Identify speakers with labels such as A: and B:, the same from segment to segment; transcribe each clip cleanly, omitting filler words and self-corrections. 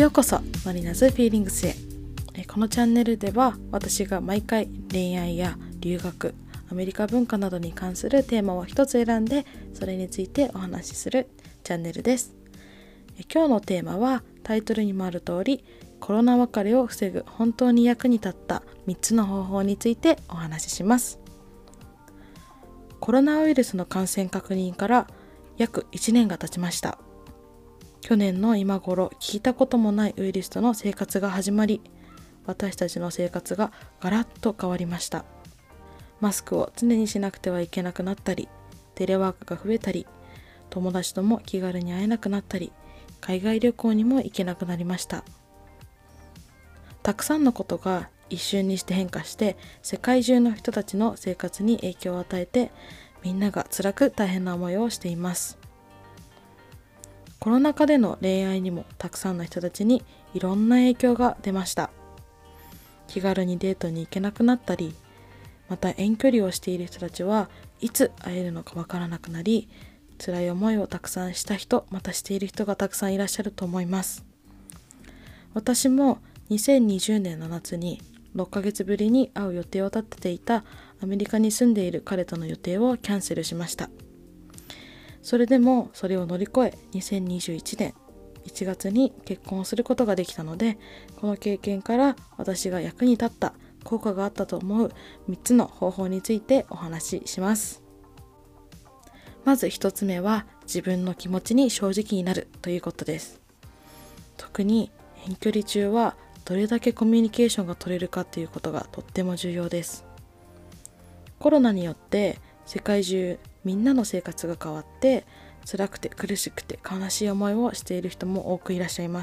A: ようこそマリナズフィーリングスへ。このチャンネルでは私が毎回恋愛や留学、アメリカ文化などに関するテーマを一つ選んでそれについてお話しするチャンネルです。今日のテーマはタイトルにもある通り、コロナ別れを防ぐ本当に役に立った3つの方法についてお話しします。コロナウイルスの感染確認から約1年が経ちました。去年の今頃聞いたこともないウイルスとの生活が始まり、私たちの生活がガラッと変わりました。マスクを常にしなくてはいけなくなったり、テレワークが増えたり、友達とも気軽に会えなくなったり、海外旅行にも行けなくなりました。たくさんのことが一瞬にして変化して、世界中の人たちの生活に影響を与えて、みんなが辛く大変な思いをしています。コロナ禍での恋愛にもたくさんの人たちにいろんな影響が出ました。気軽にデートに行けなくなったり、また遠距離をしている人たちはいつ会えるのかわからなくなり、辛い思いをたくさんした人、またしている人がたくさんいらっしゃると思います。私も2020年の夏に6ヶ月ぶりに会う予定を立てていたアメリカに住んでいる彼との予定をキャンセルしました。それでもそれを乗り越え2021年1月に結婚することができたので、この経験から私が役に立った効果があったと思う3つの方法についてお話しします。まず1つ目は自分の気持ちに正直になるということです。特に遠距離中はどれだけコミュニケーションが取れるかということがとっても重要です。コロナによって世界中みんなの生活が変わって、辛くて苦しくて悲しい思いをしている人も多くいらっしゃいます。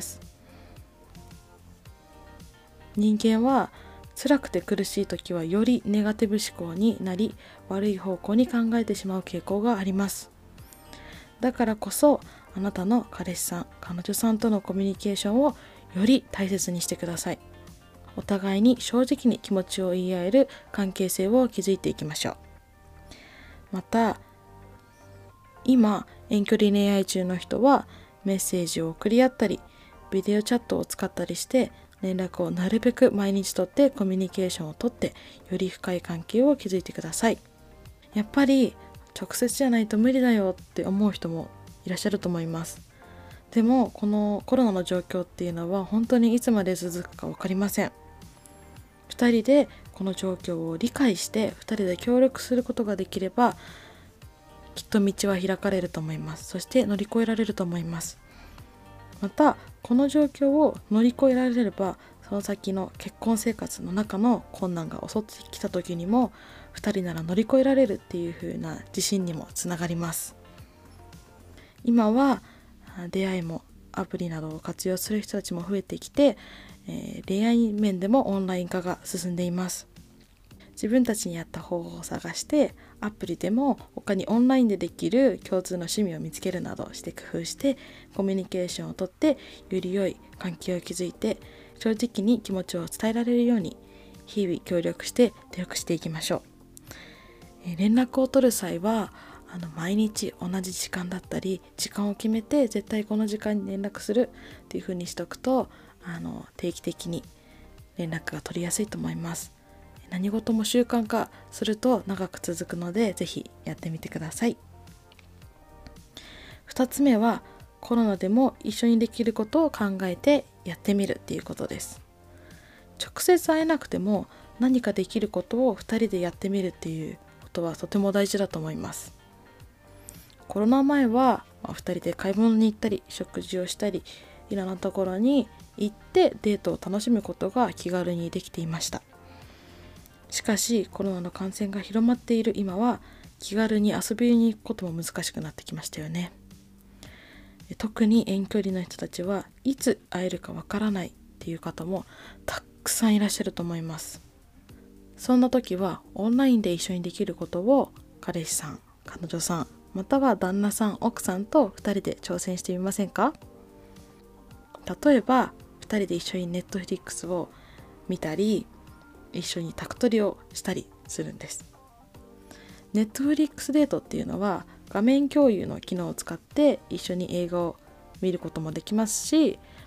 A: 人間は辛くて苦しい時はよりネガティブ思考になり、悪い方向に考えてしまう傾向があります。だからこそあなたの彼氏さん、彼女さんとのコミュニケーションをより大切にしてください。お互いに正直に気持ちを言い合える関係性を築いていきましょう。また、今遠距離恋愛中の人はメッセージを送り合ったり、ビデオチャットを使ったりして連絡をなるべく毎日取ってコミュニケーションをとって、より深い関係を築いてください。やっぱり直接じゃないと無理だよって思う人もいらっしゃると思います。でもこのコロナの状況っていうのは本当にいつまで続くか分かりません。2人でこの状況を理解して2人で協力することができれば、きっと道は開かれると思います。そして乗り越えられると思います。またこの状況を乗り越えられれば、その先の結婚生活の中の困難が襲ってきた時にも2人なら乗り越えられるっていう風な自信にもつながります。今は出会いもアプリなどを活用する人たちも増えてきて、恋愛面でもオンライン化が進んでいます。自分たちに合った方法を探して、アプリでも他にオンラインでできる共通の趣味を見つけるなどして工夫してコミュニケーションをとって、より良い関係を築いて正直に気持ちを伝えられるように日々協力して努力していきましょう。連絡を取る際は毎日同じ時間だったり時間を決めて、絶対この時間に連絡するっていう風にしておくと定期的に連絡が取りやすいと思います。何事も習慣化すると長く続くので、ぜひやってみてください。2つ目はコロナでも一緒にできることを考えてやってみるっていうことです。直接会えなくても何かできることを2人でやってみるっていうことはとても大事だと思います。コロナ前は2人で買い物に行ったり食事をしたり、いろんなところに行ってデートを楽しむことが気軽にできていました。しかしコロナの感染が広まっている今は気軽に遊びに行くことも難しくなってきましたよね。特に遠距離の人たちはいつ会えるかわからないっていう方もたくさんいらっしゃると思います。そんな時はオンラインで一緒にできることを彼氏さん、彼女さん、または旦那さん、奥さんと2人で挑戦してみませんか？例えば2人で一緒にネットフリックスを見たり、一緒に宅トレをしたりするんです。ネットフリックスデートっていうのは画面共有の機能を使って一緒に映画を見ることもできますし、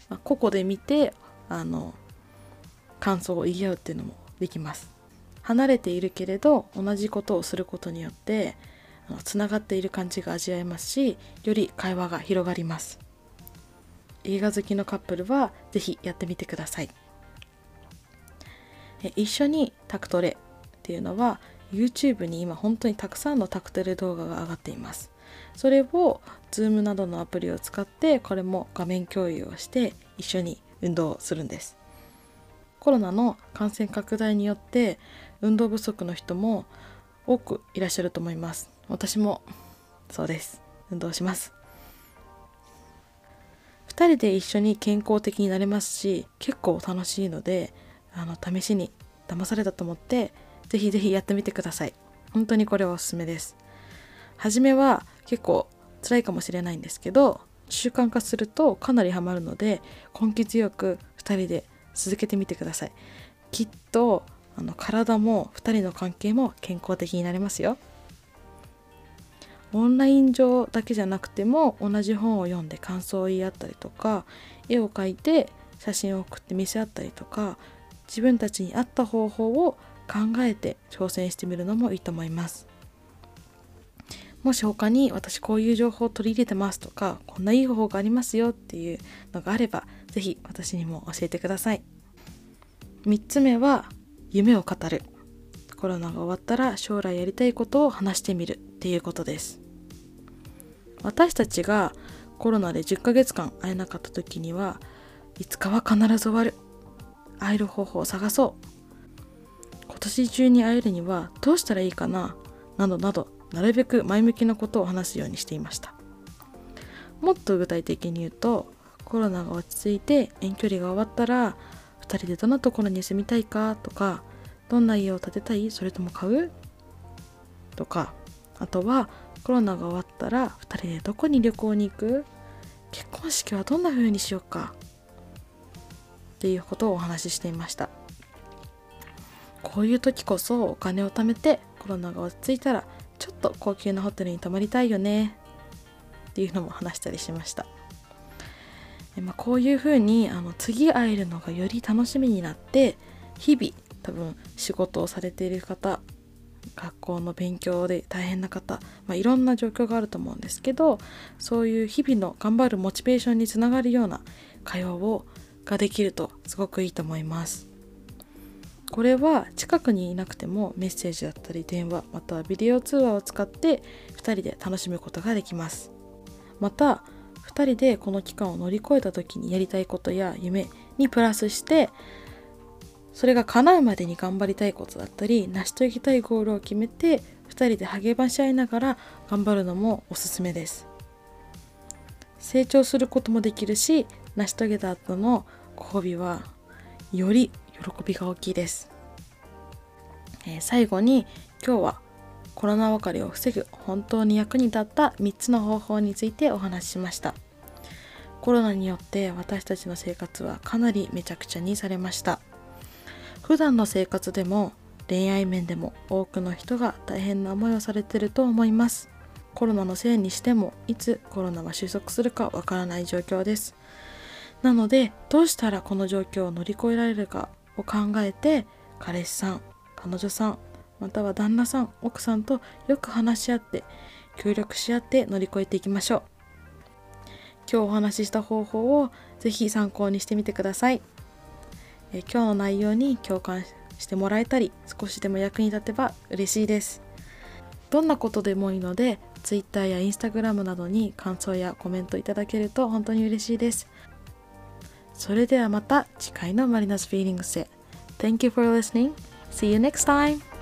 A: 個々で見て感想を言い合うっていうのもできます。離れているけれど同じことをすることによってつながっている感じが味わえますし、より会話が広がります。映画好きのカップルはぜひやってみてください。一緒にタクトレっていうのは YouTube に今本当にたくさんのタクトレ動画が上がっています。それを Zoom などのアプリを使ってこれも画面共有をして一緒に運動をするんです。コロナの感染拡大によって運動不足の人も多くいらっしゃると思います。私もそうです。運動します。2人で一緒に健康的になれますし、結構楽しいので試しに騙されたと思ってぜひぜひやってみてください。本当にこれはおすすめです。初めは結構辛いかもしれないんですけど、習慣化するとかなりハマるので根気強く2人で続けてみてください。きっと体も2人の関係も健康的になれますよ。オンライン上だけじゃなくても同じ本を読んで感想を言い合ったりとか、絵を描いて写真を送って見せ合ったりとか、自分たちに合った方法を考えて挑戦してみるのもいいと思います。もし他に私こういう情報を取り入れてますとか、こんないい方法がありますよっていうのがあればぜひ私にも教えてください。3つ目は夢を語る。コロナが終わったら将来やりたいことを話してみるっていうことです。私たちがコロナで10ヶ月間会えなかった時には、いつかは必ず終わる、会える方法を探そう、今年中に会えるにはどうしたらいいかな、などなどなるべく前向きなことを話すようにしていました。もっと具体的に言うと、コロナが落ち着いて遠距離が終わったら2人でどんなところに住みたいかとか、どんな家を建てたい、それとも買うとか、あとはコロナが終わったら2人でどこに旅行に行く、結婚式はどんな風にしようかっていうことをお話ししていました。こういう時こそお金を貯めてコロナが落ち着いたらちょっと高級なホテルに泊まりたいよねっていうのも話したりしました。こういう風に次会えるのがより楽しみになって、日々多分仕事をされている方、学校の勉強で大変な方、いろんな状況があると思うんですけど、そういう日々の頑張るモチベーションにつながるような会話ができるとすごくいいと思います。これは近くにいなくてもメッセージだったり電話、またはビデオ通話を使って2人で楽しむことができます。また2人でこの期間を乗り越えた時にやりたいことや夢にプラスして、それが叶うまでに頑張りたいことだったり成し遂げたいゴールを決めて2人で励まし合いながら頑張るのもおすすめです。成長することもできるし、成し遂げた後のご褒美はより喜びが大きいです。最後に今日はコロナ別れを防ぐ本当に役に立った3つの方法についてお話ししました。コロナによって私たちの生活はかなりめちゃくちゃにされました。普段の生活でも恋愛面でも多くの人が大変な思いをされていると思います。コロナのせいにしてもいつコロナは収束するかわからない状況です。なのでどうしたらこの状況を乗り越えられるかを考えて、彼氏さん、彼女さん、または旦那さん、奥さんとよく話し合って協力し合って乗り越えていきましょう。今日お話しした方法をぜひ参考にしてみてください。今日の内容に共感してもらえたり少しでも役に立てば嬉しいです。どんなことでもいいので Twitter や Instagram などに感想やコメントいただけると本当に嬉しいです。それではまた次回のマリナスフィーリングスへ。 Thank you for listening. See you next time.